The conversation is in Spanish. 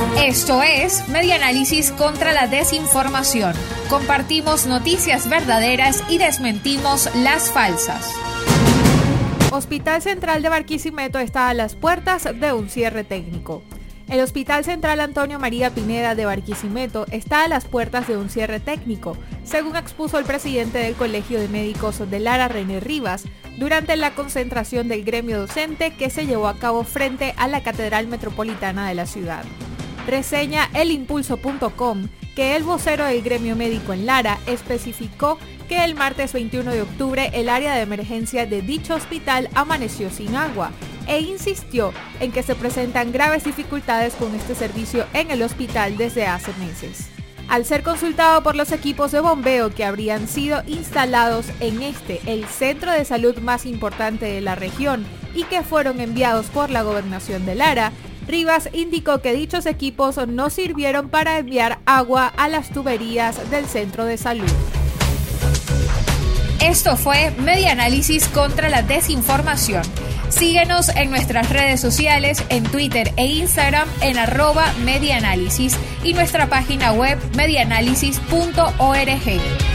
Esto es Medianálisis contra la desinformación. Compartimos noticias verdaderas y desmentimos las falsas. Hospital Central de Barquisimeto está a las puertas de un cierre técnico. El Hospital Central Antonio María Pineda de Barquisimeto está a las puertas de un cierre técnico, según expuso el presidente del Colegio de Médicos de Lara, René Rivas, durante la concentración del gremio docente que se llevó a cabo frente a la Catedral Metropolitana de la ciudad. Reseña elimpulso.com que el vocero del gremio médico en Lara especificó que el martes 21 de octubre el área de emergencia de dicho hospital amaneció sin agua e insistió en que se presentan graves dificultades con este servicio en el hospital desde hace meses. Al ser consultado por los equipos de bombeo que habrían sido instalados en el centro de salud más importante de la región y que fueron enviados por la gobernación de Lara, Rivas indicó que dichos equipos no sirvieron para enviar agua a las tuberías del centro de salud. Esto fue Medianálisis contra la desinformación. Síguenos en nuestras redes sociales, en Twitter e Instagram en @medianálisis y nuestra página web medianálisis.org.